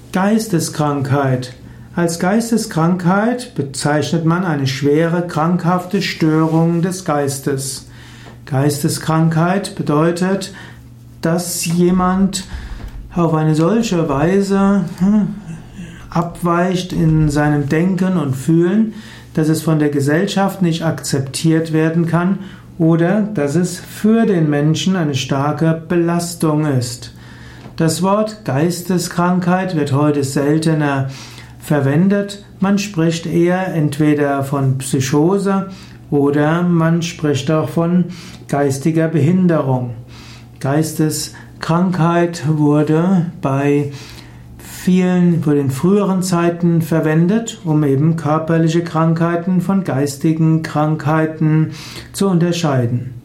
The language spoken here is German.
Geisteskrankheit. Als Geisteskrankheit bezeichnet man eine schwere, krankhafte Störung des Geistes. Geisteskrankheit bedeutet, dass jemand auf eine solche Weise abweicht in seinem Denken und Fühlen, dass es von der Gesellschaft nicht akzeptiert werden kann oder dass es für den Menschen eine starke Belastung ist. Das Wort Geisteskrankheit wird heute seltener verwendet. Man spricht eher entweder von Psychose oder man spricht auch von geistiger Behinderung. Geisteskrankheit wurde in früheren Zeiten verwendet, um eben körperliche Krankheiten von geistigen Krankheiten zu unterscheiden.